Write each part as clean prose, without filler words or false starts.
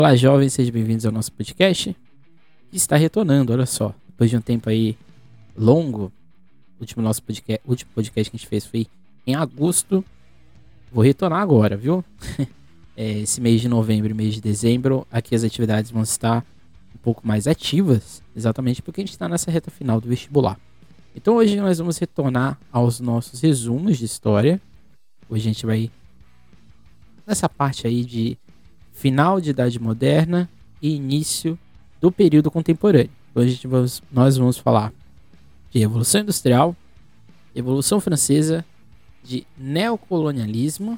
Olá, jovens, sejam bem-vindos ao nosso podcast, que está retornando, olha só. Depois de um tempo aí longo, o último podcast que a gente fez foi em agosto. Vou retornar agora, viu? Esse mês de novembro e mês de dezembro, aqui as atividades vão estar um pouco mais ativas, exatamente porque a gente está nessa reta final do vestibular. Então hoje nós vamos retornar aos nossos resumos de história. Hoje a gente vai nessa parte aí de final de Idade Moderna e início do período contemporâneo. Hoje nós vamos falar de Revolução Industrial, Revolução Francesa, de neocolonialismo,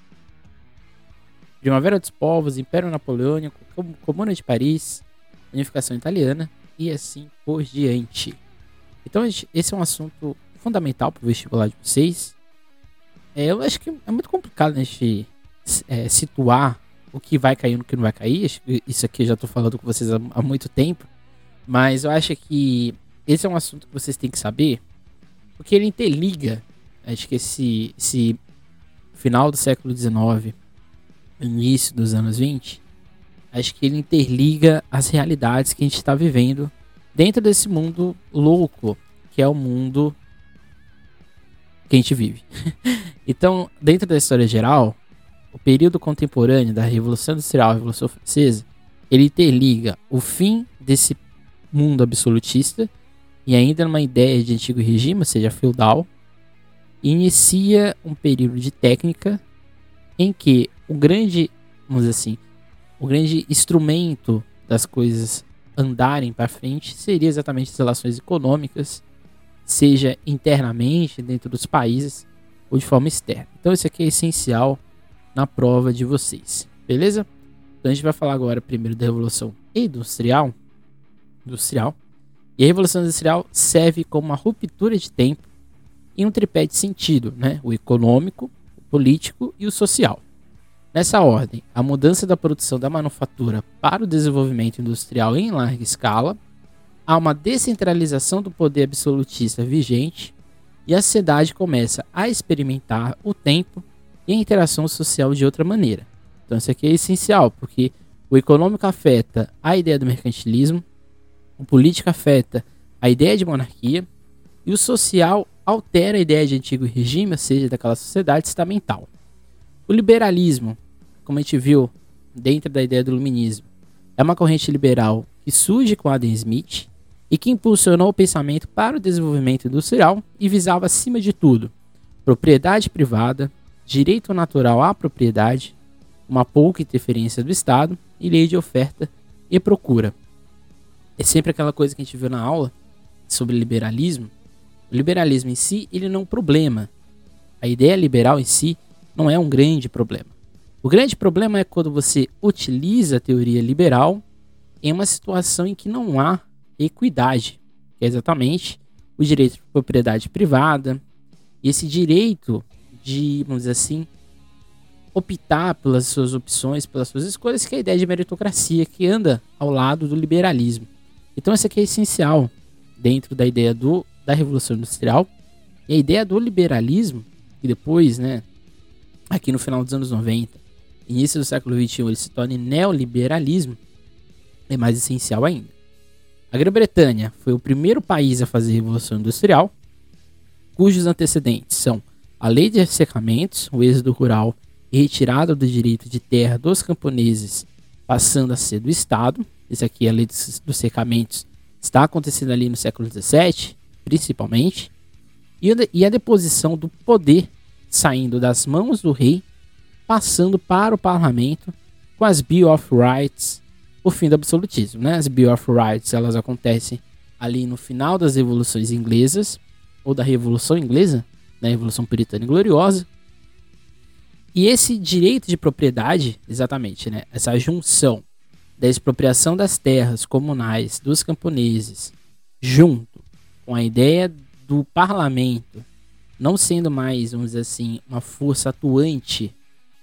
Primavera dos Povos, Império Napoleônico, Comuna de Paris, Unificação Italiana e assim por diante. Então esse é um assunto fundamental para o vestibular de vocês. Eu acho que é muito complicado a gente situar o que vai cair no que não vai cair. Acho que isso aqui eu já estou falando com vocês há muito tempo, mas eu acho que esse é um assunto que vocês têm que saber, porque ele interliga, acho que esse final do século XIX, início dos anos 20, acho que ele interliga as realidades que a gente está vivendo dentro desse mundo louco, que é o mundo que a gente vive. Então, dentro da história geral, o período contemporâneo da Revolução Industrial e Revolução Francesa, ele interliga o fim desse mundo absolutista e ainda numa ideia de antigo regime, ou seja, feudal, e inicia um período de técnica em que o grande, vamos dizer assim, o grande instrumento das coisas andarem para frente seria exatamente as relações econômicas, seja internamente dentro dos países ou de forma externa. Então isso aqui é essencial na prova de vocês, beleza? Então a gente vai falar agora primeiro da Revolução Industrial. E a Revolução Industrial serve como uma ruptura de tempo em um tripé de sentido, né? O econômico, o político e o social. Nessa ordem, a mudança da produção da manufatura para o desenvolvimento industrial em larga escala, há uma descentralização do poder absolutista vigente e a sociedade começa a experimentar o tempo e a interação social de outra maneira. Então isso aqui é essencial, porque o econômico afeta a ideia do mercantilismo, o político afeta a ideia de monarquia e o social altera a ideia de antigo regime, ou seja, daquela sociedade estamental. O liberalismo, como a gente viu dentro da ideia do iluminismo, é uma corrente liberal que surge com Adam Smith e que impulsionou o pensamento para o desenvolvimento industrial e visava, acima de tudo, propriedade privada, direito natural à propriedade, uma pouca interferência do Estado e lei de oferta e procura. É sempre aquela coisa que a gente viu na aula sobre liberalismo. O liberalismo em si, ele não é um problema. A ideia liberal em si não é um grande problema. O grande problema é quando você utiliza a teoria liberal em uma situação em que não há equidade, que é exatamente o direito de propriedade privada e esse direito de, vamos dizer assim, optar pelas suas opções, pelas suas escolhas, que é a ideia de meritocracia que anda ao lado do liberalismo. Então isso aqui é essencial dentro da ideia da Revolução Industrial e a ideia do liberalismo, que depois, né, aqui no final dos anos 90, início do século XXI, ele se torna neoliberalismo, é mais essencial ainda. A Grã-Bretanha foi o primeiro país a fazer Revolução Industrial, cujos antecedentes são a lei de cercamentos, o êxodo rural e retirada do direito de terra dos camponeses, passando a ser do Estado. Isso aqui, a lei dos cercamentos, está acontecendo ali no século XVII, principalmente. E a deposição do poder saindo das mãos do rei, passando para o parlamento, com as Bill of Rights, o fim do absolutismo, né? As Bill of Rights, elas acontecem ali no final das revoluções inglesas, ou da Revolução Inglesa, da Revolução Puritana e Gloriosa. E esse direito de propriedade, exatamente, né? Essa junção da expropriação das terras comunais dos camponeses, junto com a ideia do parlamento não sendo mais, vamos dizer assim, uma força atuante,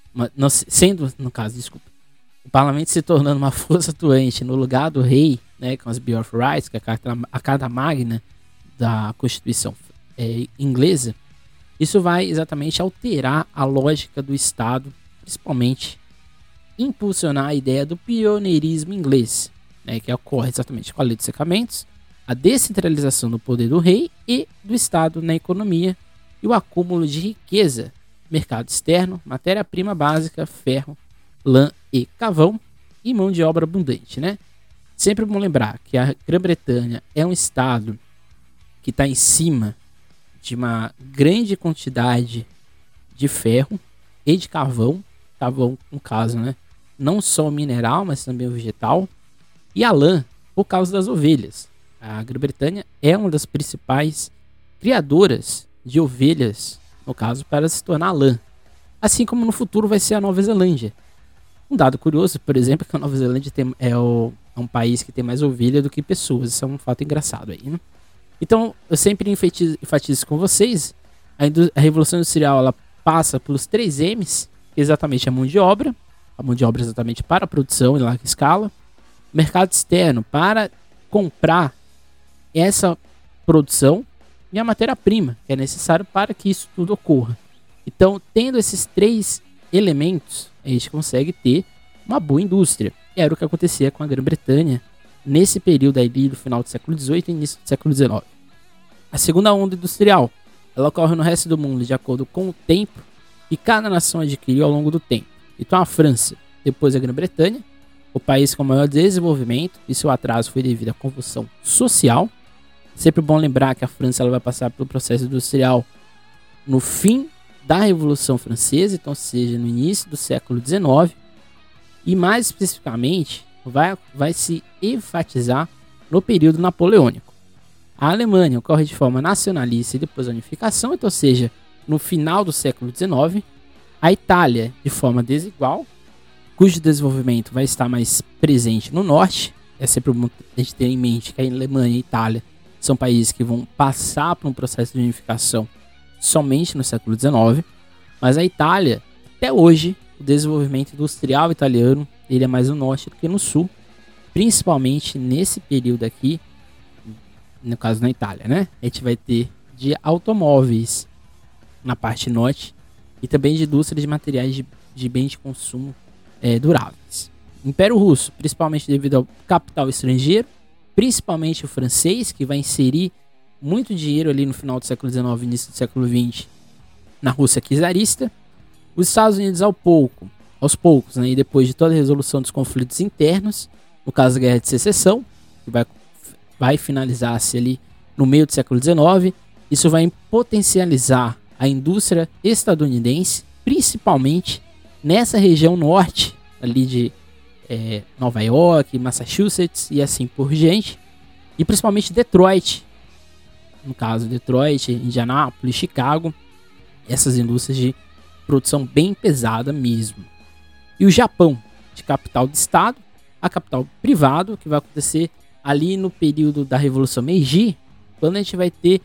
o parlamento se tornando uma força atuante no lugar do rei, né, com as Bill of Rights, que é a Carta Magna da Constituição inglesa, isso vai exatamente alterar a lógica do Estado, principalmente impulsionar a ideia do pioneirismo inglês, né, que ocorre exatamente com a lei dos secamentos, a descentralização do poder do rei e do Estado na economia e o acúmulo de riqueza, mercado externo, matéria-prima básica, ferro, lã e carvão e mão de obra abundante, né? Sempre bom lembrar que a Grã-Bretanha é um estado que está em cima de uma grande quantidade de ferro e de carvão, no caso, né? Não só o mineral, mas também o vegetal, e a lã, por causa das ovelhas. A Grã-Bretanha é uma das principais criadoras de ovelhas, no caso, para se tornar lã. Assim como no futuro vai ser a Nova Zelândia. Um dado curioso, por exemplo, é que a Nova Zelândia é um país que tem mais ovelha do que pessoas. Isso é um fato engraçado aí, né? Então, eu sempre enfatizo com vocês, a Revolução Industrial ela passa pelos 3 M's, que é exatamente a mão de obra exatamente para a produção em larga escala, mercado externo para comprar essa produção e a matéria-prima, que é necessário para que isso tudo ocorra. Então, tendo esses 3 elementos, a gente consegue ter uma boa indústria. Era o que acontecia com a Grã-Bretanha nesse período aí do final do século XVIII e início do século XIX. A segunda onda industrial, ela ocorre no resto do mundo de acordo com o tempo que cada nação adquiriu ao longo do tempo. Então a França, depois a Grã-Bretanha, o país com maior desenvolvimento, e seu atraso foi devido à convulsão social. Sempre bom lembrar que a França ela vai passar pelo processo industrial no fim da Revolução Francesa, então seja no início do século XIX, e mais especificamente vai se enfatizar no período napoleônico. A Alemanha ocorre de forma nacionalista e depois a unificação, então seja no final do século XIX. A Itália de forma desigual, cujo desenvolvimento vai estar mais presente no norte. É sempre bom a gente ter em mente que a Alemanha e a Itália são países que vão passar por um processo de unificação somente no século XIX, mas a Itália, até hoje, o desenvolvimento industrial italiano ele é mais no norte do que no sul, principalmente nesse período aqui, no caso na Itália, né? A gente vai ter de automóveis na parte norte e também de indústria de materiais de bens de consumo duráveis. Império Russo, principalmente devido ao capital estrangeiro, principalmente o francês, que vai inserir muito dinheiro ali no final do século XIX e início do século XX na Rússia czarista. Os Estados Unidos aos poucos, né, e depois de toda a resolução dos conflitos internos, no caso da Guerra de Secessão, que vai finalizar-se ali no meio do século XIX, isso vai potencializar a indústria estadunidense, principalmente nessa região norte, ali de Nova York, Massachusetts e assim por diante, e principalmente Detroit, no caso Detroit, Indianápolis, Chicago, essas indústrias de produção bem pesada mesmo. E o Japão, de capital de Estado a capital privado, que vai acontecer ali no período da Revolução Meiji, quando a gente vai ter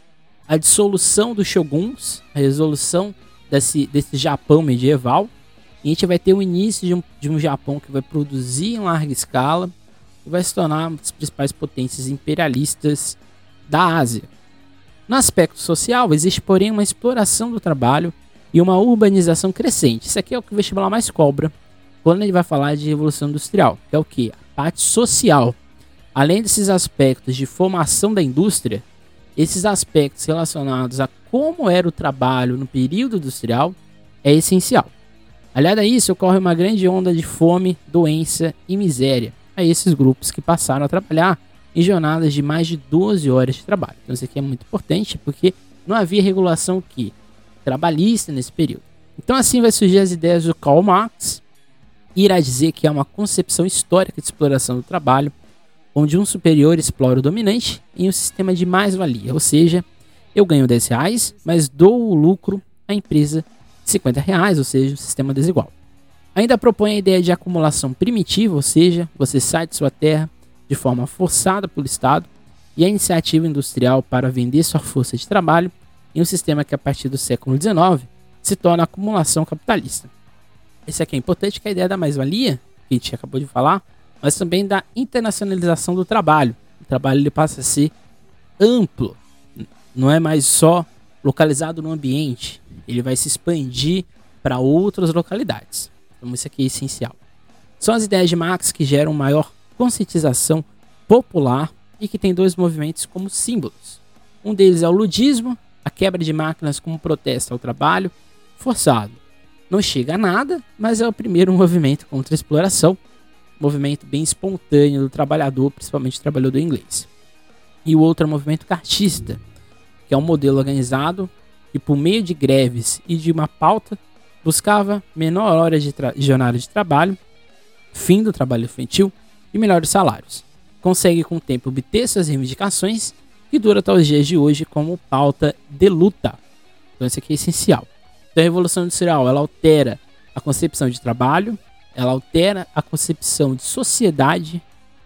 a dissolução dos shoguns, a resolução desse Japão medieval, e a gente vai ter o início de um Japão que vai produzir em larga escala e vai se tornar uma das principais potências imperialistas da Ásia. No aspecto social, existe porém uma exploração do trabalho e uma urbanização crescente. Isso aqui é o que o vestibular mais cobra quando ele vai falar de Revolução Industrial, que é o que? A parte social. Além desses aspectos de formação da indústria, esses aspectos relacionados a como era o trabalho no período industrial é essencial. Aliado a isso, ocorre uma grande onda de fome, doença e miséria a esses grupos que passaram a trabalhar em jornadas de mais de 12 horas de trabalho. Então isso aqui é muito importante porque não havia regulação trabalhista nesse período. Então assim vai surgir as ideias do Karl Marx, e irá dizer que é uma concepção histórica de exploração do trabalho, onde um superior explora o dominante em um sistema de mais-valia, ou seja, eu ganho R$10, mas dou o lucro à empresa de R$50, ou seja, um sistema desigual. Ainda propõe a ideia de acumulação primitiva, ou seja, você sai de sua terra de forma forçada pelo Estado, e a iniciativa industrial para vender sua força de trabalho em um sistema que a partir do século XIX se torna acumulação capitalista. Esse aqui é importante, que é a ideia da mais-valia, que a gente acabou de falar, mas também da internacionalização do trabalho. O trabalho ele passa a ser amplo, não é mais só localizado no ambiente, ele vai se expandir para outras localidades. Então isso aqui é essencial. São as ideias de Marx que geram maior conscientização popular e que tem dois movimentos como símbolos. Um deles é o ludismo, a quebra de máquinas como protesto ao trabalho forçado. Não chega a nada, mas é o primeiro movimento contra a exploração, movimento bem espontâneo do trabalhador, principalmente do trabalhador inglês. E o outro é o movimento cartista, que é um modelo organizado que, por meio de greves e de uma pauta, buscava menor hora de jornada de trabalho, fim do trabalho infantil e melhores salários. Consegue com o tempo obter suas reivindicações, que dura até os dias de hoje como pauta de luta. Então isso aqui é essencial. Então a Revolução Industrial, ela altera a concepção de trabalho, ela altera a concepção de sociedade,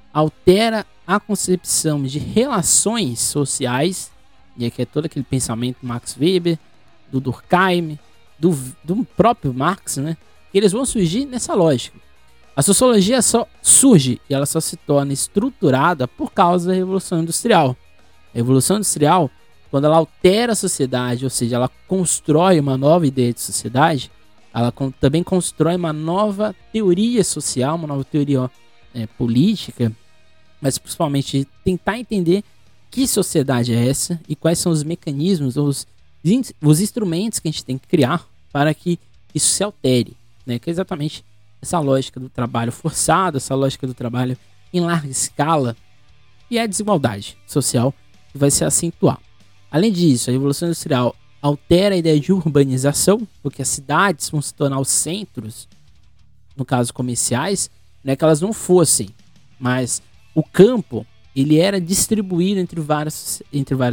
altera a concepção de relações sociais, e aqui é todo aquele pensamento do Max Weber, do Durkheim, do próprio Marx, né? Que eles vão surgir nessa lógica. A sociologia só surge e ela só se torna estruturada por causa da Revolução Industrial. A Revolução Industrial, quando ela altera a sociedade, ou seja, ela constrói uma nova ideia de sociedade, ela também constrói uma nova teoria social, uma nova teoria política, mas principalmente tentar entender que sociedade é essa e quais são os mecanismos, os instrumentos que a gente tem que criar para que isso se altere, né? Que é exatamente essa lógica do trabalho forçado, essa lógica do trabalho em larga escala e a desigualdade social que vai se acentuar. Além disso, a Revolução Industrial altera a ideia de urbanização, porque as cidades vão se tornar os centros, no caso comerciais, não é que elas não fossem, mas o campo ele era distribuído entre várias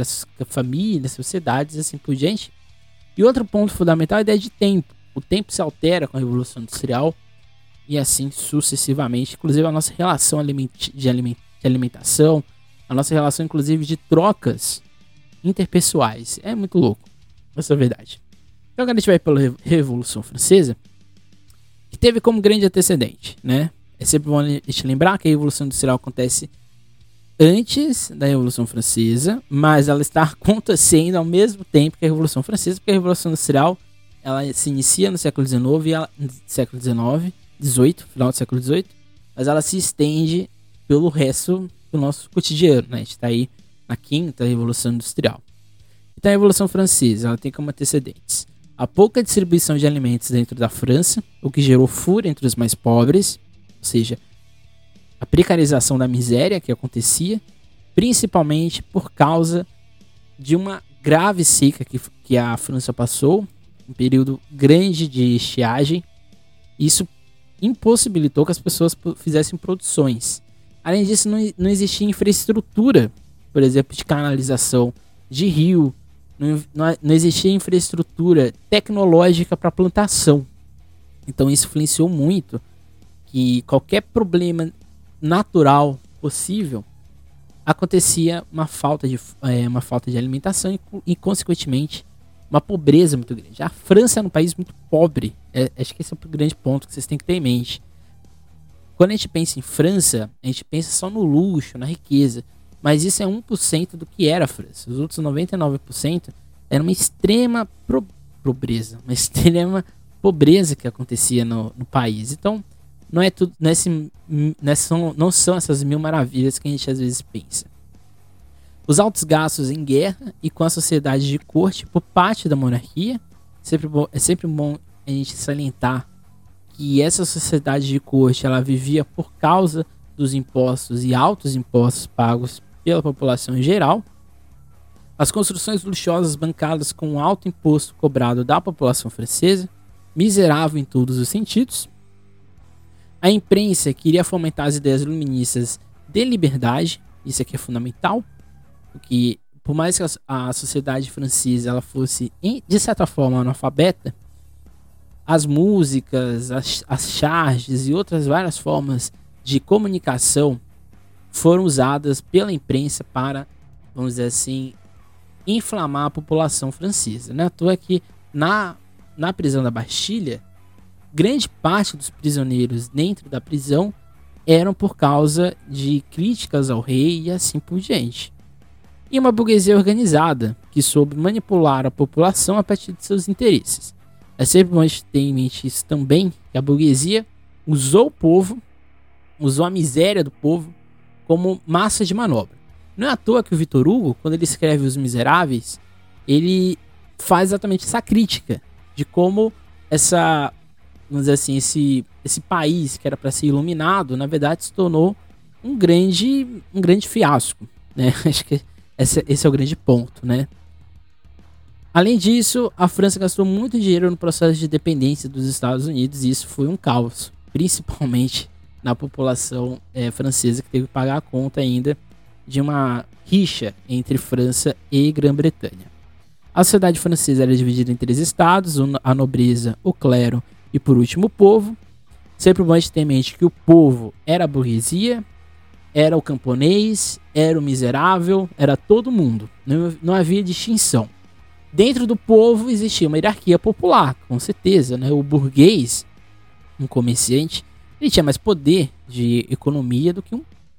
famílias, sociedades e assim por diante. E outro ponto fundamental é a ideia de tempo. O tempo se altera com a Revolução Industrial e assim sucessivamente. Inclusive a nossa relação de alimentação, a nossa relação inclusive de trocas interpessoais. É muito louco, essa é a verdade. Então agora a gente vai pela Revolução Francesa, que teve como grande antecedente, né? É sempre bom a gente lembrar que a Revolução Industrial acontece antes da Revolução Francesa, mas ela está acontecendo ao mesmo tempo que a Revolução Francesa, porque a Revolução Industrial ela se inicia no século XIX, final do século XVIII, mas ela se estende pelo resto do nosso cotidiano, né? A gente está aí na quinta Revolução Industrial. Então a Revolução Francesa ela tem como antecedentes a pouca distribuição de alimentos dentro da França, o que gerou fúria entre os mais pobres, ou seja, a precarização da miséria que acontecia, principalmente por causa de uma grave seca que a França passou, um período grande de estiagem. Isso impossibilitou que as pessoas fizessem produções. Além disso, não existia infraestrutura, por exemplo, de canalização de rio, não existia infraestrutura tecnológica para plantação. Então isso influenciou muito que qualquer problema natural possível acontecia uma falta de alimentação e consequentemente uma pobreza muito grande. A França é um país muito pobre. Acho que esse é o grande ponto que vocês têm que ter em mente. Quando a gente pensa em França, a gente pensa só no luxo, na riqueza, mas isso é 1% do que era a França. Os outros 99% era uma extrema pobreza, uma extrema pobreza que acontecia no país. Então não é tudo, não são essas mil maravilhas que a gente às vezes pensa. Os altos gastos em guerra e com a sociedade de corte por parte da monarquia, é sempre bom a gente salientar que essa sociedade de corte ela vivia por causa dos impostos e altos impostos pagos pela população em geral. As construções luxuosas bancadas com um alto imposto cobrado da população francesa, miserável em todos os sentidos. A imprensa queria fomentar as ideias iluministas de liberdade, isso aqui é fundamental, porque por mais que a sociedade francesa ela fosse, de certa forma, analfabeta, as músicas, as charges e outras várias formas de comunicação foram usadas pela imprensa para, vamos dizer assim, inflamar a população francesa. Não é à toa que na prisão da Bastilha, grande parte dos prisioneiros dentro da prisão eram por causa de críticas ao rei e assim por diante. E uma burguesia organizada que soube manipular a população a partir de seus interesses. É sempre bom a gente ter em mente isso também, que a burguesia usou o povo usou a miséria do povo como massa de manobra. Não é à toa que o Victor Hugo, quando ele escreve Os Miseráveis, ele faz exatamente essa crítica de como vamos dizer assim, esse país que era para ser iluminado, na verdade se tornou um grande fiasco, né? Acho que esse é o grande ponto, né? Além disso, a França gastou muito dinheiro no processo de dependência dos Estados Unidos e isso foi um caos, principalmente na população francesa, que teve que pagar a conta ainda de uma rixa entre França e Grã-Bretanha. A sociedade francesa era dividida em 3 estados, a nobreza, o clero e, por último, o povo. Sempre bom ter em mente que o povo era a burguesia, era o camponês, era o miserável, era todo mundo. Não havia distinção. Dentro do povo existia uma hierarquia popular, com certeza, né? O burguês, um comerciante, ele tinha mais poder de economia do que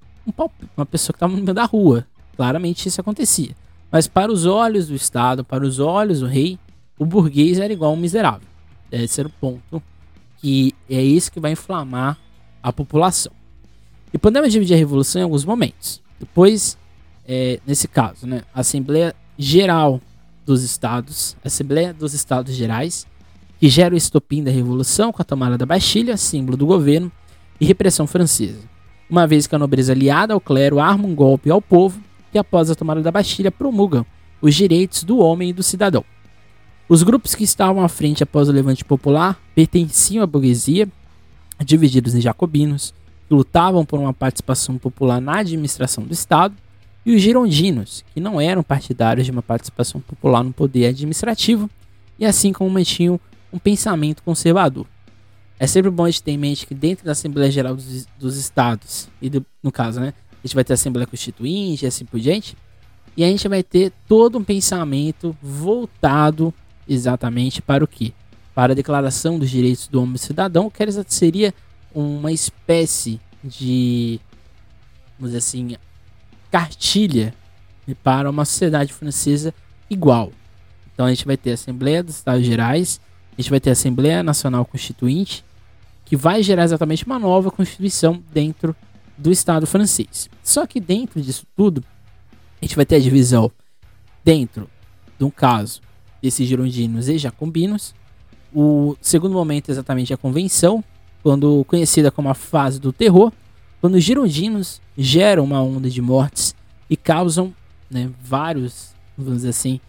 uma pessoa que estava no meio da rua. Claramente isso acontecia. Mas para os olhos do Estado, para os olhos do rei, o burguês era igual a um miserável. Esse era o ponto, que é isso que vai inflamar a população. E podemos dividir a revolução em alguns momentos. Depois, nesse caso, né, a Assembleia Geral dos Estados, Assembleia dos Estados Gerais, que gera o estopim da revolução com a tomada da Bastilha, símbolo do governo, e repressão francesa. Uma vez que a nobreza aliada ao clero arma um golpe ao povo, que após a tomada da Bastilha promulgam os direitos do homem e do cidadão. Os grupos que estavam à frente após o levante popular pertenciam à burguesia, divididos em jacobinos, que lutavam por uma participação popular na administração do Estado, e os girondinos, que não eram partidários de uma participação popular no poder administrativo, e assim como mantinham um pensamento conservador. É sempre bom a gente ter em mente que dentro da Assembleia Geral dos Estados, no caso, né, a gente vai ter a Assembleia Constituinte e assim por diante, e a gente vai ter todo um pensamento voltado exatamente para o quê? Para a Declaração dos Direitos do Homem e do Cidadão, que seria uma espécie de, vamos dizer assim, cartilha para uma sociedade francesa igual. Então a gente vai ter a Assembleia dos Estados Gerais, a gente vai ter a Assembleia Nacional Constituinte, que vai gerar exatamente uma nova Constituição dentro do Estado francês. Só que dentro disso tudo, a gente vai ter a divisão dentro de um caso desses girondinos e jacobinos. O segundo momento é exatamente a Convenção, quando conhecida como a fase do terror, quando os girondinos geram uma onda de mortes e causam, né, vários, vamos dizer assim,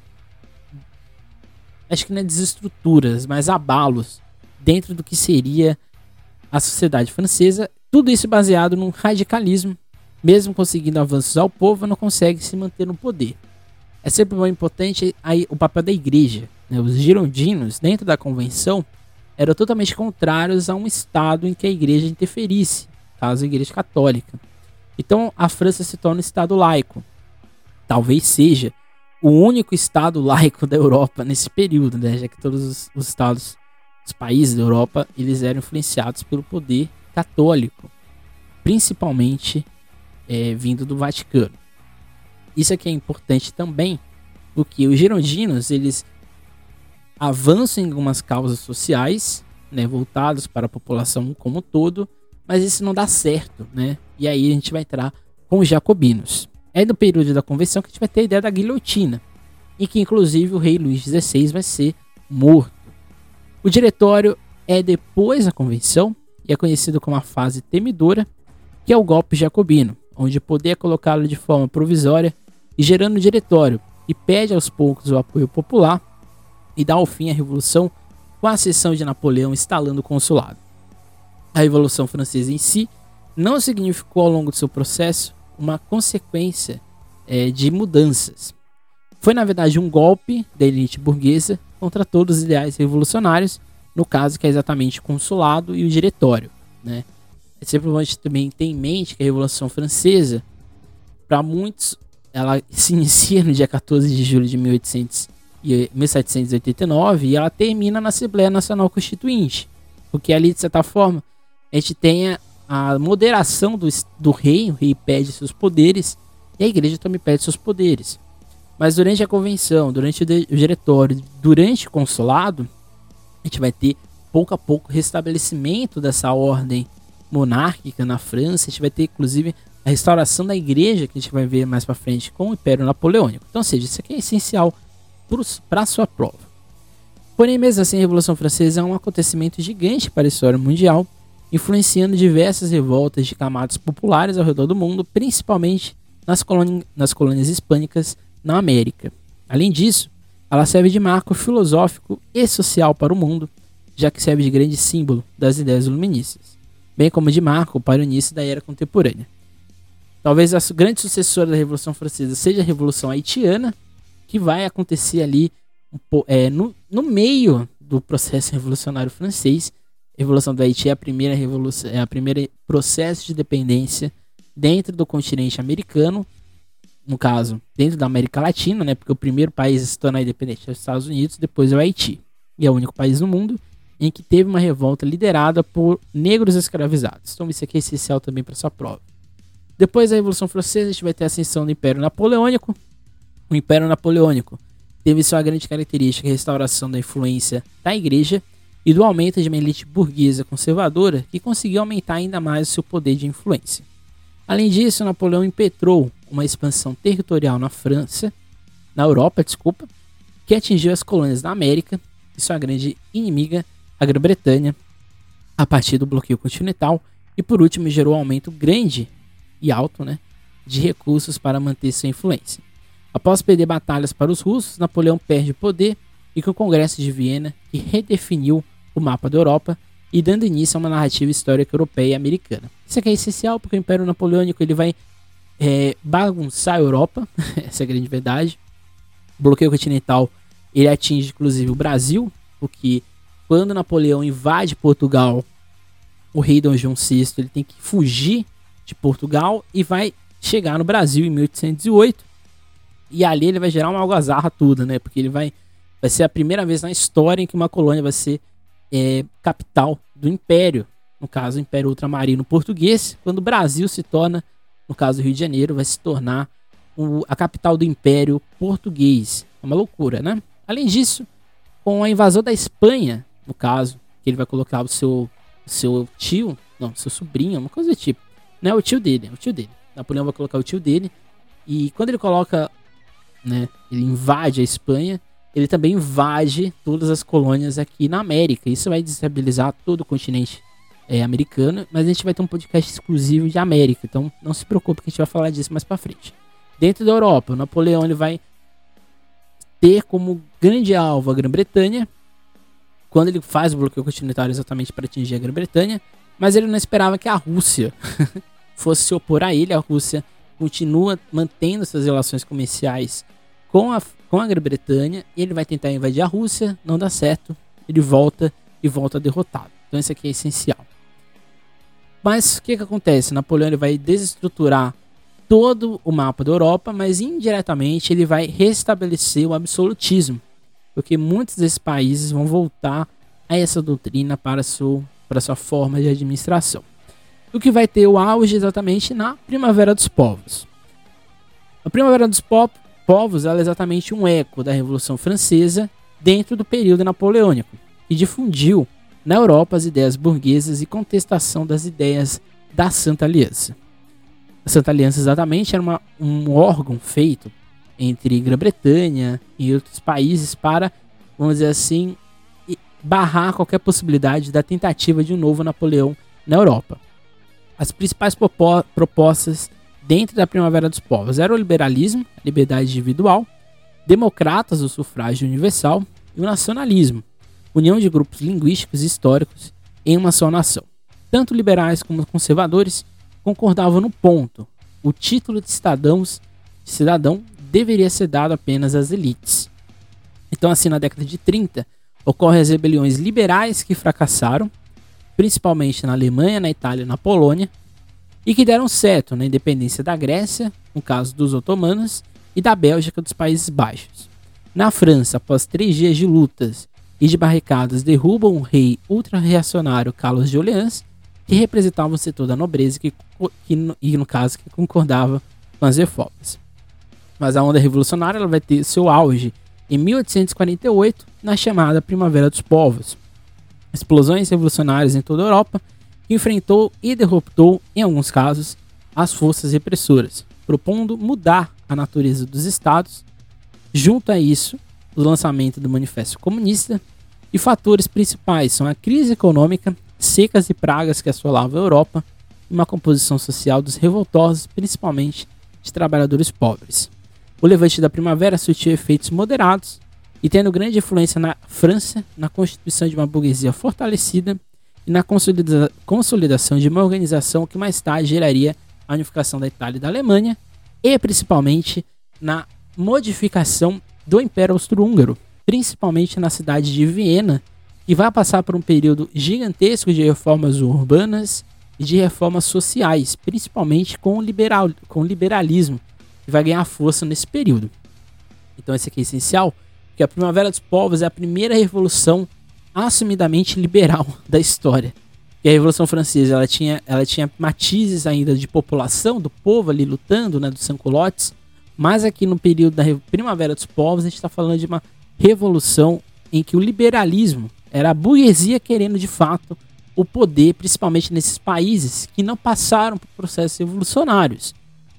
acho que não é desestruturas, mas abalos dentro do que seria a sociedade francesa. Tudo isso baseado num radicalismo. Mesmo conseguindo avanços ao povo, não consegue se manter no poder. É sempre muito importante aí o papel da igreja, né? Os girondinos, dentro da convenção, eram totalmente contrários a um estado em que a igreja interferisse, caso a igreja católica. Então a França se torna um estado laico. Talvez seja o único estado laico da Europa nesse período, né? Já que todos os estados, os países da Europa, eles eram influenciados pelo poder católico, principalmente vindo do Vaticano. Isso aqui é importante também, porque os girondinos, eles avançam em algumas causas sociais, né, voltados para a população como um todo, mas isso não dá certo, né? E aí a gente vai entrar com os jacobinos. É no período da convenção que a gente vai ter a ideia da guilhotina, em que inclusive o rei Luís XVI vai ser morto. O diretório é depois da convenção e é conhecido como a fase temidora, que é o golpe jacobino, onde o poder é colocado de forma provisória e gerando o diretório, e pede aos poucos o apoio popular e dá ao fim à Revolução com a ascensão de Napoleão instalando o consulado. A Revolução Francesa em si não significou ao longo do seu processo uma consequência de mudanças. Foi na verdade um golpe da elite burguesa contra todos os ideais revolucionários, no caso que é exatamente o consulado e o diretório, né? É sempre bom a gente também ter em mente que a Revolução Francesa, para muitos, ela se inicia no dia 14 de julho de 1789 e ela termina na Assembleia Nacional Constituinte, porque ali, de certa forma, a gente tem a moderação do rei, o rei pede seus poderes e a igreja também pede seus poderes. Mas durante a convenção, durante o diretório, durante o consulado, a gente vai ter pouco a pouco restabelecimento dessa ordem monárquica na França. A gente vai ter, inclusive, a restauração da igreja, que a gente vai ver mais para frente, com o Império Napoleônico. Então, ou seja, isso aqui é essencial para a sua prova. Porém, mesmo assim, a Revolução Francesa é um acontecimento gigante para a história mundial, influenciando diversas revoltas de camadas populares ao redor do mundo, principalmente nas colônias hispânicas na América. Além disso, ela serve de marco filosófico e social para o mundo, já que serve de grande símbolo das ideias iluministas, bem como de marco para o início da era contemporânea. Talvez a grande sucessora da Revolução Francesa seja a Revolução Haitiana, que vai acontecer ali no meio do processo revolucionário francês. A Revolução do Haiti é a primeira processo de dependência dentro do continente americano, no caso, dentro da América Latina, né? Porque o primeiro país a se tornar independente é os Estados Unidos, depois é o Haiti. E é o único país no mundo em que teve uma revolta liderada por negros escravizados. Então isso aqui é essencial também para essa prova. Depois da Revolução Francesa, a gente vai ter a ascensão do Império Napoleônico. O Império Napoleônico teve sua grande característica a restauração da influência da igreja e do aumento de uma elite burguesa conservadora que conseguiu aumentar ainda mais o seu poder de influência. Além disso, Napoleão impetrou uma expansão territorial na Europa, que atingiu as colônias da América e sua grande inimiga, a Grã-Bretanha, a partir do bloqueio continental, e por último gerou um aumento grande e alto, né, de recursos para manter sua influência. Após perder batalhas para os russos, Napoleão perde poder e com o Congresso de Viena, que redefiniu o mapa da Europa e dando início a uma narrativa histórica europeia e americana. Isso aqui é essencial porque o Império Napoleônico ele vai bagunçar a Europa, essa é a grande verdade. O bloqueio continental ele atinge inclusive o Brasil, porque quando Napoleão invade Portugal, o rei Dom João VI ele tem que fugir de Portugal e vai chegar no Brasil em 1808. E ali ele vai gerar uma algazarra toda, né? Porque ele vai ser a primeira vez na história em que uma colônia vai ser capital do Império. No caso, o Império Ultramarino Português. Quando o Brasil se torna, no caso do Rio de Janeiro, vai se tornar a capital do Império Português. É uma loucura, né? Além disso, com a invasão da Espanha, no caso, que ele vai colocar o seu tio, não, seu sobrinho, uma coisa do tipo. Não é o tio dele, é o tio dele. Napoleão vai colocar o tio dele. E quando ele coloca, né, ele invade a Espanha, ele também invade todas as colônias aqui na América. Isso vai desestabilizar todo o continente americano, mas a gente vai ter um podcast exclusivo de América, então não se preocupe que a gente vai falar disso mais pra frente. Dentro da Europa, o Napoleão ele vai ter como grande alvo a Grã-Bretanha, quando ele faz o bloqueio continental exatamente para atingir a Grã-Bretanha, mas ele não esperava que a Rússia fosse se opor a ele. A Rússia continua mantendo suas relações comerciais com a Grã-Bretanha, e ele vai tentar invadir a Rússia, não dá certo, ele volta derrotado. Então isso aqui é essencial. Mas o que acontece? Napoleão ele vai desestruturar todo o mapa da Europa, mas indiretamente ele vai restabelecer o absolutismo, porque muitos desses países vão voltar a essa doutrina para sua forma de administração. O que vai ter o auge exatamente na Primavera dos Povos. A Primavera dos Povos ela é exatamente um eco da Revolução Francesa dentro do período napoleônico, e difundiu na Europa as ideias burguesas e contestação das ideias da Santa Aliança. A Santa Aliança exatamente era um órgão feito entre Grã-Bretanha e outros países para, vamos dizer assim, barrar qualquer possibilidade da tentativa de um novo Napoleão na Europa. As principais propostas dentro da Primavera dos Povos eram o liberalismo, a liberdade individual, democratas, o sufrágio universal e o nacionalismo, união de grupos linguísticos e históricos em uma só nação. Tanto liberais como conservadores concordavam no ponto: o título de cidadão deveria ser dado apenas às elites. Então, assim, na década de 30, ocorrem as rebeliões liberais que fracassaram, principalmente na Alemanha, na Itália e na Polônia, e que deram certo na independência da Grécia, no caso dos otomanos, e da Bélgica, dos Países Baixos. Na França, após 3 dias de lutas e de barricadas, derrubam o rei ultra-reacionário Carlos de Orleans, que representava um setor da nobreza e no caso, que concordava com as reformas. Mas a onda revolucionária ela vai ter seu auge em 1848, na chamada Primavera dos Povos. Explosões revolucionárias em toda a Europa, que enfrentou e derrotou, em alguns casos, as forças repressoras, propondo mudar a natureza dos estados. Junto a isso, o lançamento do Manifesto Comunista, e fatores principais são a crise econômica, secas e pragas que assolavam a Europa e uma composição social dos revoltosos, principalmente de trabalhadores pobres. O levante da primavera surtiu efeitos moderados e tendo grande influência na França, na constituição de uma burguesia fortalecida e na consolidação de uma organização que mais tarde geraria a unificação da Itália e da Alemanha e principalmente na modificação do Império Austro-Húngaro, principalmente na cidade de Viena, que vai passar por um período gigantesco de reformas urbanas e de reformas sociais, principalmente com o liberalismo, que vai ganhar força nesse período. Então esse aqui é essencial, porque a Primavera dos Povos é a primeira revolução assumidamente liberal da história. E a Revolução Francesa ela tinha matizes ainda de população, do povo ali lutando, né, dos sans-culottes, mas aqui no período da Primavera dos Povos a gente está falando de uma revolução em que o liberalismo era a burguesia querendo de fato o poder, principalmente nesses países que não passaram por processos revolucionários.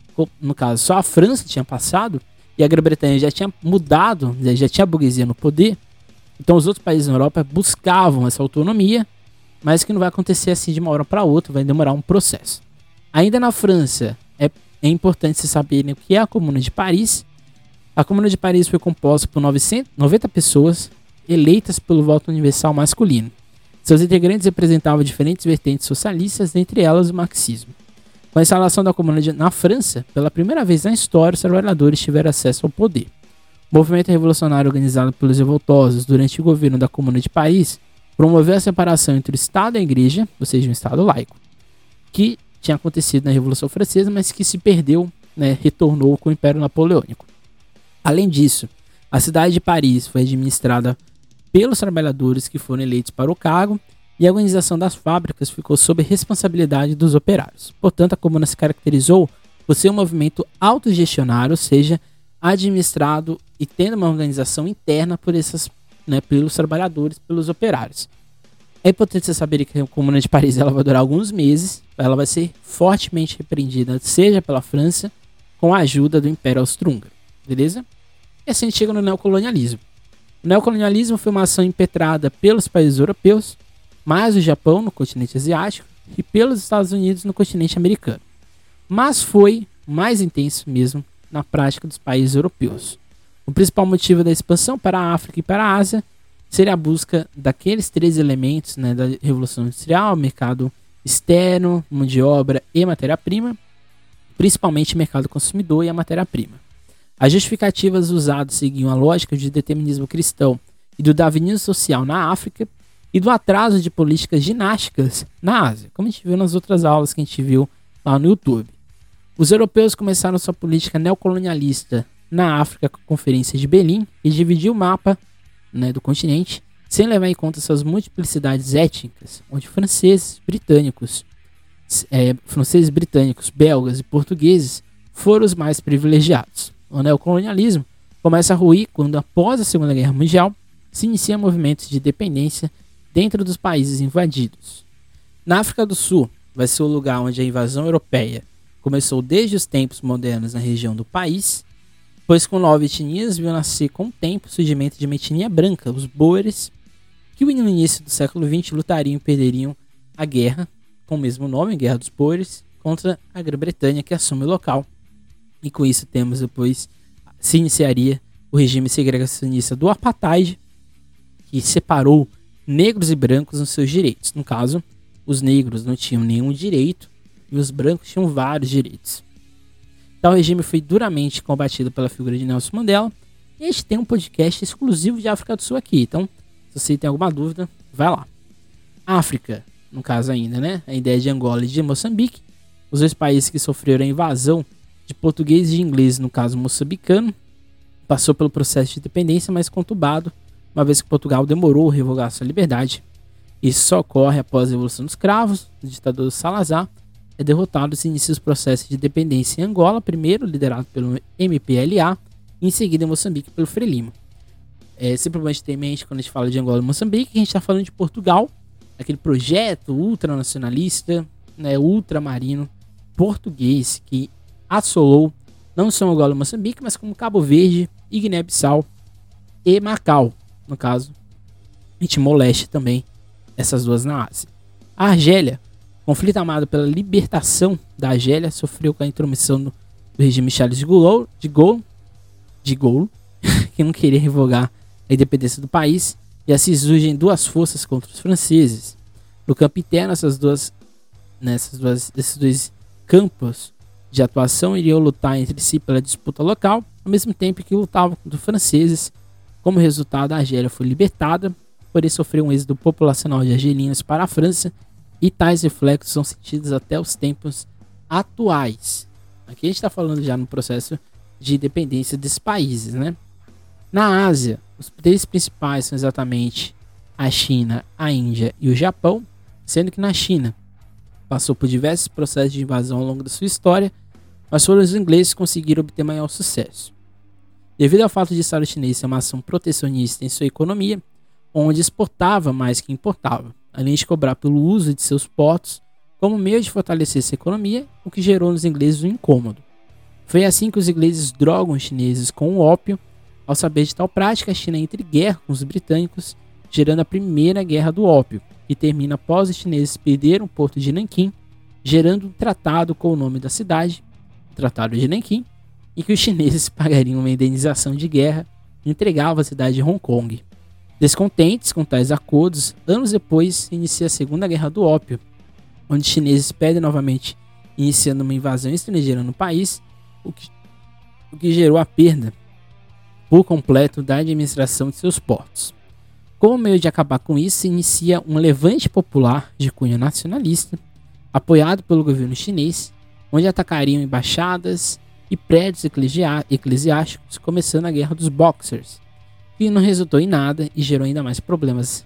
No caso, só a França tinha passado e a Grã-Bretanha já tinha mudado, já tinha a burguesia no poder. Então os outros países na Europa buscavam essa autonomia, mas que não vai acontecer assim de uma hora para outra, vai demorar um processo. Ainda na França, é importante se saberem o que é a Comuna de Paris. A Comuna de Paris foi composta por 90 pessoas eleitas pelo voto universal masculino. Seus integrantes representavam diferentes vertentes socialistas, entre elas o marxismo. Com a instalação da Comuna na França, pela primeira vez na história, os trabalhadores tiveram acesso ao poder. O movimento revolucionário organizado pelos revoltosos durante o governo da Comuna de Paris promoveu a separação entre o Estado e a Igreja, ou seja, um Estado laico, que tinha acontecido na Revolução Francesa, mas que se perdeu, né, retornou com o Império Napoleônico. Além disso, a cidade de Paris foi administrada pelos trabalhadores que foram eleitos para o cargo e a organização das fábricas ficou sob responsabilidade dos operários. Portanto, a Comuna se caracterizou por ser um movimento autogestionário, ou seja, administrado e tendo uma organização interna por pelos trabalhadores, pelos operários. É importante você saber que a Comuna de Paris ela vai durar alguns meses, ela vai ser fortemente repreendida, seja pela França, com a ajuda do Império Austro-Húngaro, beleza? E assim a gente chega no neocolonialismo. O neocolonialismo foi uma ação impetrada pelos países europeus, mais o Japão no continente asiático e pelos Estados Unidos no continente americano. Mas foi mais intenso mesmo na prática dos países europeus. O principal motivo da expansão para a África e para a Ásia seria a busca daqueles três elementos, né, da Revolução Industrial: mercado externo, mão de obra e matéria-prima, principalmente mercado consumidor e a matéria-prima. As justificativas usadas seguiam a lógica de determinismo cristão e do darwinismo social na África e do atraso de políticas ginásticas na Ásia, como a gente viu nas outras aulas que a gente viu lá no YouTube. Os europeus começaram sua política neocolonialista na África com a Conferência de Berlim e dividiu o mapa, né, do continente, sem levar em conta suas multiplicidades étnicas, onde franceses, britânicos, belgas e portugueses foram os mais privilegiados. O neocolonialismo começa a ruir quando, após a Segunda Guerra Mundial, se inicia movimentos de dependência dentro dos países invadidos. Na África do Sul, vai ser o lugar onde a invasão europeia começou desde os tempos modernos na região do país, pois com 9 etnias viu nascer com o tempo o surgimento de uma etnia branca, os Boeres, que no início do século XX lutariam e perderiam a guerra, com o mesmo nome, Guerra dos Boeres, contra a Grã-Bretanha, que assume o local. E com isso depois se iniciaria o regime segregacionista do Apartheid, que separou negros e brancos nos seus direitos. No caso, os negros não tinham nenhum direito e os brancos tinham vários direitos. Tal regime foi duramente combatido pela figura de Nelson Mandela. E a gente tem um podcast exclusivo de África do Sul aqui. Então, se você tem alguma dúvida, vai lá. África, no caso ainda, né? A ideia de Angola e de Moçambique. Os dois países que sofreram a invasão de português e de inglês, no caso moçambicano. Passou pelo processo de independência mais conturbado, uma vez que Portugal demorou a revogar sua liberdade. Isso só ocorre após a Revolução dos Cravos, do ditador Salazar, é derrotado e se inicia os processos de independência em Angola, primeiro liderado pelo MPLA, e em seguida em Moçambique pelo Frelimo. É sempre bom a gente ter em mente, quando a gente fala de Angola e Moçambique, que a gente está falando de Portugal, aquele projeto ultranacionalista, né, ultramarino português que assolou não só Angola e Moçambique, mas como Cabo Verde e Guiné-Bissau e Macau, no caso, e Timor-Leste também, essas duas na Ásia. A Argélia, conflito armado pela libertação da Argélia, sofreu com a intromissão do regime Charles de Gaulle, que não queria revogar a independência do país, e assim surgem duas forças contra os franceses. No campo interno, esses dois campos de atuação iriam lutar entre si pela disputa local, ao mesmo tempo que lutavam contra os franceses. Como resultado, a Argélia foi libertada, porém sofreu um êxodo populacional de argelinos para a França, e tais reflexos são sentidos até os tempos atuais. Aqui a gente está falando já no processo de independência desses países, né? Na Ásia, os três principais são exatamente a China, a Índia e o Japão, sendo que na China passou por diversos processos de invasão ao longo da sua história, mas foram os ingleses que conseguiram obter maior sucesso. Devido ao fato de o Estado chinês ser uma ação protecionista em sua economia, onde exportava mais que importava, além de cobrar pelo uso de seus portos como meio de fortalecer sua economia, o que gerou nos ingleses um incômodo. Foi assim que os ingleses drogam os chineses com o ópio. Ao saber de tal prática, a China entra em guerra com os britânicos, gerando a primeira guerra do ópio, que termina após os chineses perderem o porto de Nanquim, gerando um tratado com o nome da cidade, o Tratado de Nanquim, em que os chineses pagariam uma indenização de guerra e entregavam a cidade de Hong Kong. Descontentes com tais acordos, anos depois se inicia a Segunda Guerra do Ópio, onde os chineses pedem novamente, iniciando uma invasão estrangeira no país, o que gerou a perda por completo da administração de seus portos. Como meio de acabar com isso, se inicia um levante popular de cunho nacionalista, apoiado pelo governo chinês, onde atacariam embaixadas e prédios eclesiásticos, começando a Guerra dos Boxers, que não resultou em nada e gerou ainda mais problemas,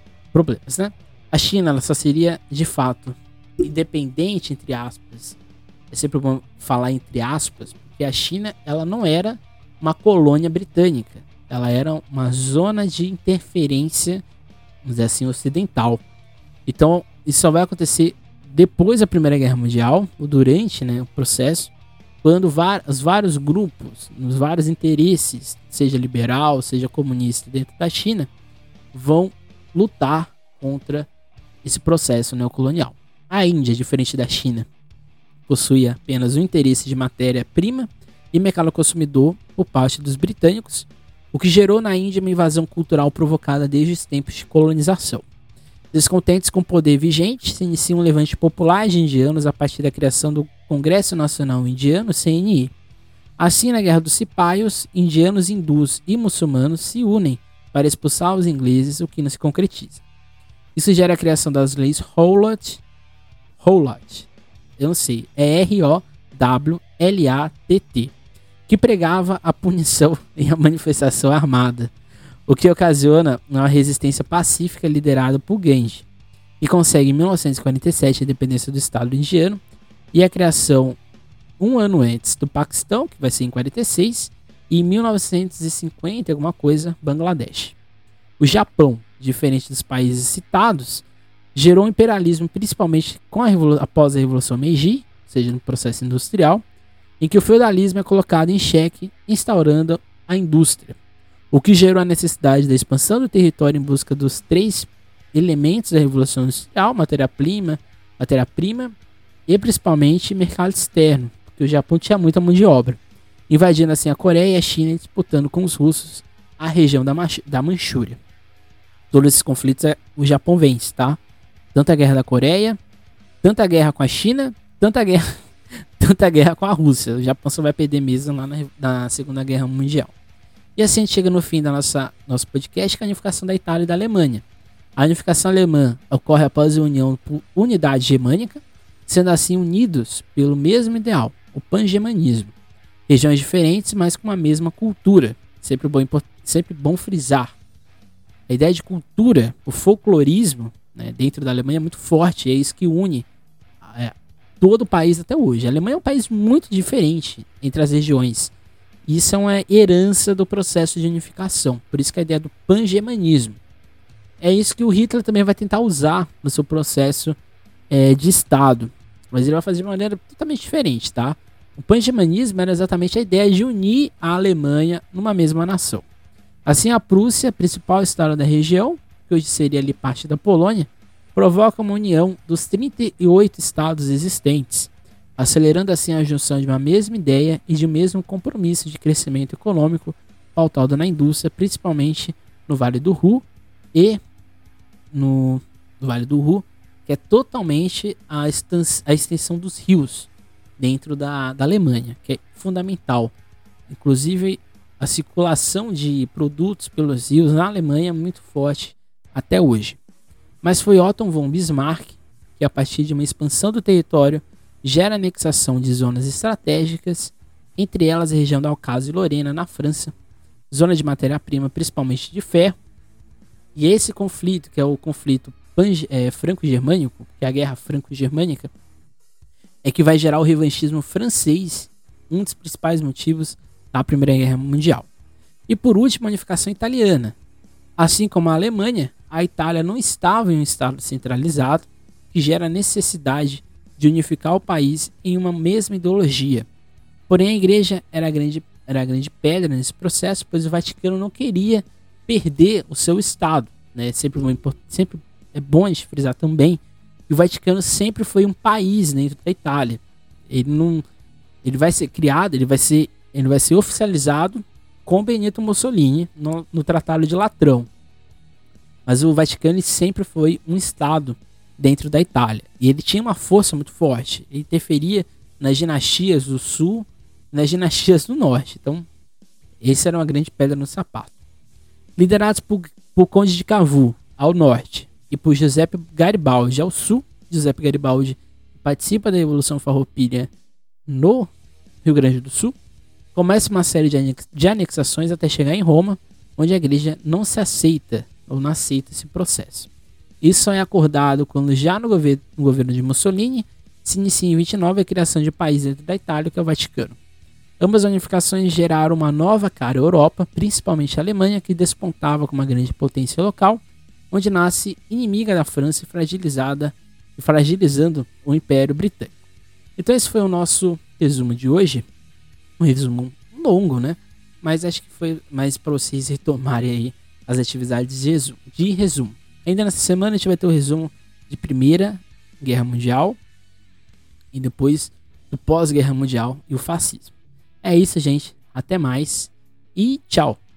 né? A China, ela só seria, de fato, independente, entre aspas. É sempre bom falar entre aspas, porque a China, ela não era uma colônia britânica. Ela era uma zona de interferência, vamos dizer assim, ocidental. Então, isso só vai acontecer depois da Primeira Guerra Mundial, ou durante, né, o processo, quando os vários grupos, os vários interesses, seja liberal, seja comunista dentro da China, vão lutar contra esse processo neocolonial. A Índia, diferente da China, possuía apenas o interesse de matéria-prima e mercado consumidor por parte dos britânicos, o que gerou na Índia uma invasão cultural provocada desde os tempos de colonização. Descontentes com o poder vigente, se inicia um levante popular de indianos a partir da criação do Congresso Nacional Indiano, CNI. Assim, na Guerra dos Cipaios, indianos, hindus e muçulmanos se unem para expulsar os ingleses, o que não se concretiza. Isso gera a criação das leis Rowlatt, eu não sei, é R-O-W-L-A-T-T, que pregava a punição em a manifestação armada, o que ocasiona uma resistência pacífica liderada por Gandhi, que consegue em 1947 a independência do Estado indiano e a criação um ano antes do Paquistão, que vai ser em 46, e em 1950, alguma coisa, Bangladesh. O Japão, diferente dos países citados, gerou um imperialismo principalmente após a Revolução Meiji, ou seja, no processo industrial, em que o feudalismo é colocado em xeque, instaurando a indústria, o que gerou a necessidade da expansão do território em busca dos três elementos da Revolução Industrial: matéria-prima e principalmente mercado externo, porque o Japão tinha muita mão de obra, invadindo assim a Coreia e a China, disputando com os russos a região da Manchúria. Todos esses conflitos o Japão vence, tá? Tanto a guerra da Coreia, tanta guerra com a China, tanta guerra com a Rússia. O Japão só vai perder mesmo lá na Segunda Guerra Mundial. E assim a gente chega no fim da nosso podcast, que é a unificação da Itália e da Alemanha. A unificação alemã ocorre após a união por unidade germânica, sendo assim unidos pelo mesmo ideal, o pan-germanismo. Regiões diferentes, mas com a mesma cultura. Sempre bom frisar. A ideia de cultura, o folclorismo, né, dentro da Alemanha é muito forte. É isso que une todo o país até hoje. A Alemanha é um país muito diferente entre as regiões. Isso é uma herança do processo de unificação. Por isso que a ideia do pan-germanismo. É isso que o Hitler também vai tentar usar no seu processo de Estado. Mas ele vai fazer de maneira totalmente diferente, tá? O pan-germanismo era exatamente a ideia de unir a Alemanha numa mesma nação. Assim, a Prússia, principal estado da região, que hoje seria ali parte da Polônia, provoca uma união dos 38 estados existentes, acelerando assim a junção de uma mesma ideia e de um mesmo compromisso de crescimento econômico pautado na indústria, principalmente no Vale do Ruhr e no Vale do Ruhr, que é totalmente a extensão dos rios dentro da Alemanha, que é fundamental. Inclusive, a circulação de produtos pelos rios na Alemanha é muito forte até hoje. Mas foi Otto von Bismarck que, a partir de uma expansão do território, gera a anexação de zonas estratégicas, entre elas a região da Alsácia e Lorena, na França, zona de matéria-prima, principalmente de ferro. E esse conflito, que é o conflito franco-germânico, que é a Guerra Franco-Germânica, é que vai gerar o revanchismo francês, um dos principais motivos da Primeira Guerra Mundial. E por último, a unificação italiana. Assim como a Alemanha, a Itália não estava em um estado centralizado, que gera a necessidade de unificar o país em uma mesma ideologia. Porém, a igreja era a grande pedra nesse processo, pois o Vaticano não queria perder o seu estado, né? Sempre é bom a gente frisar também que o Vaticano sempre foi um país dentro da Itália. Ele vai ser criado, ele vai ser oficializado com Benito Mussolini no Tratado de Latrão. Mas o Vaticano sempre foi um estado dentro da Itália. E ele tinha uma força muito forte. Ele interferia nas dinastias do sul e nas dinastias do norte. Então, esse era uma grande pedra no sapato. Liderados por Conde de Cavour, ao norte, e por Giuseppe Garibaldi, ao sul. Giuseppe Garibaldi participa da Revolução Farroupilha no Rio Grande do Sul. Começa uma série de anexações até chegar em Roma, onde a igreja não aceita esse processo. Isso só é acordado quando, já no governo de Mussolini, se inicia em 29 a criação de país dentro da Itália, que é o Vaticano. Ambas as unificações geraram uma nova cara à Europa, principalmente a Alemanha, que despontava como uma grande potência local, onde nasce inimiga da França e fragilizando o Império Britânico. Então esse foi o nosso resumo de hoje. Um resumo longo, né? Mas acho que foi mais para vocês retomarem aí as atividades de resumo. Ainda nessa semana a gente vai ter o resumo de Primeira Guerra Mundial e depois do pós-Guerra Mundial e o fascismo. É isso, gente. Até mais e tchau!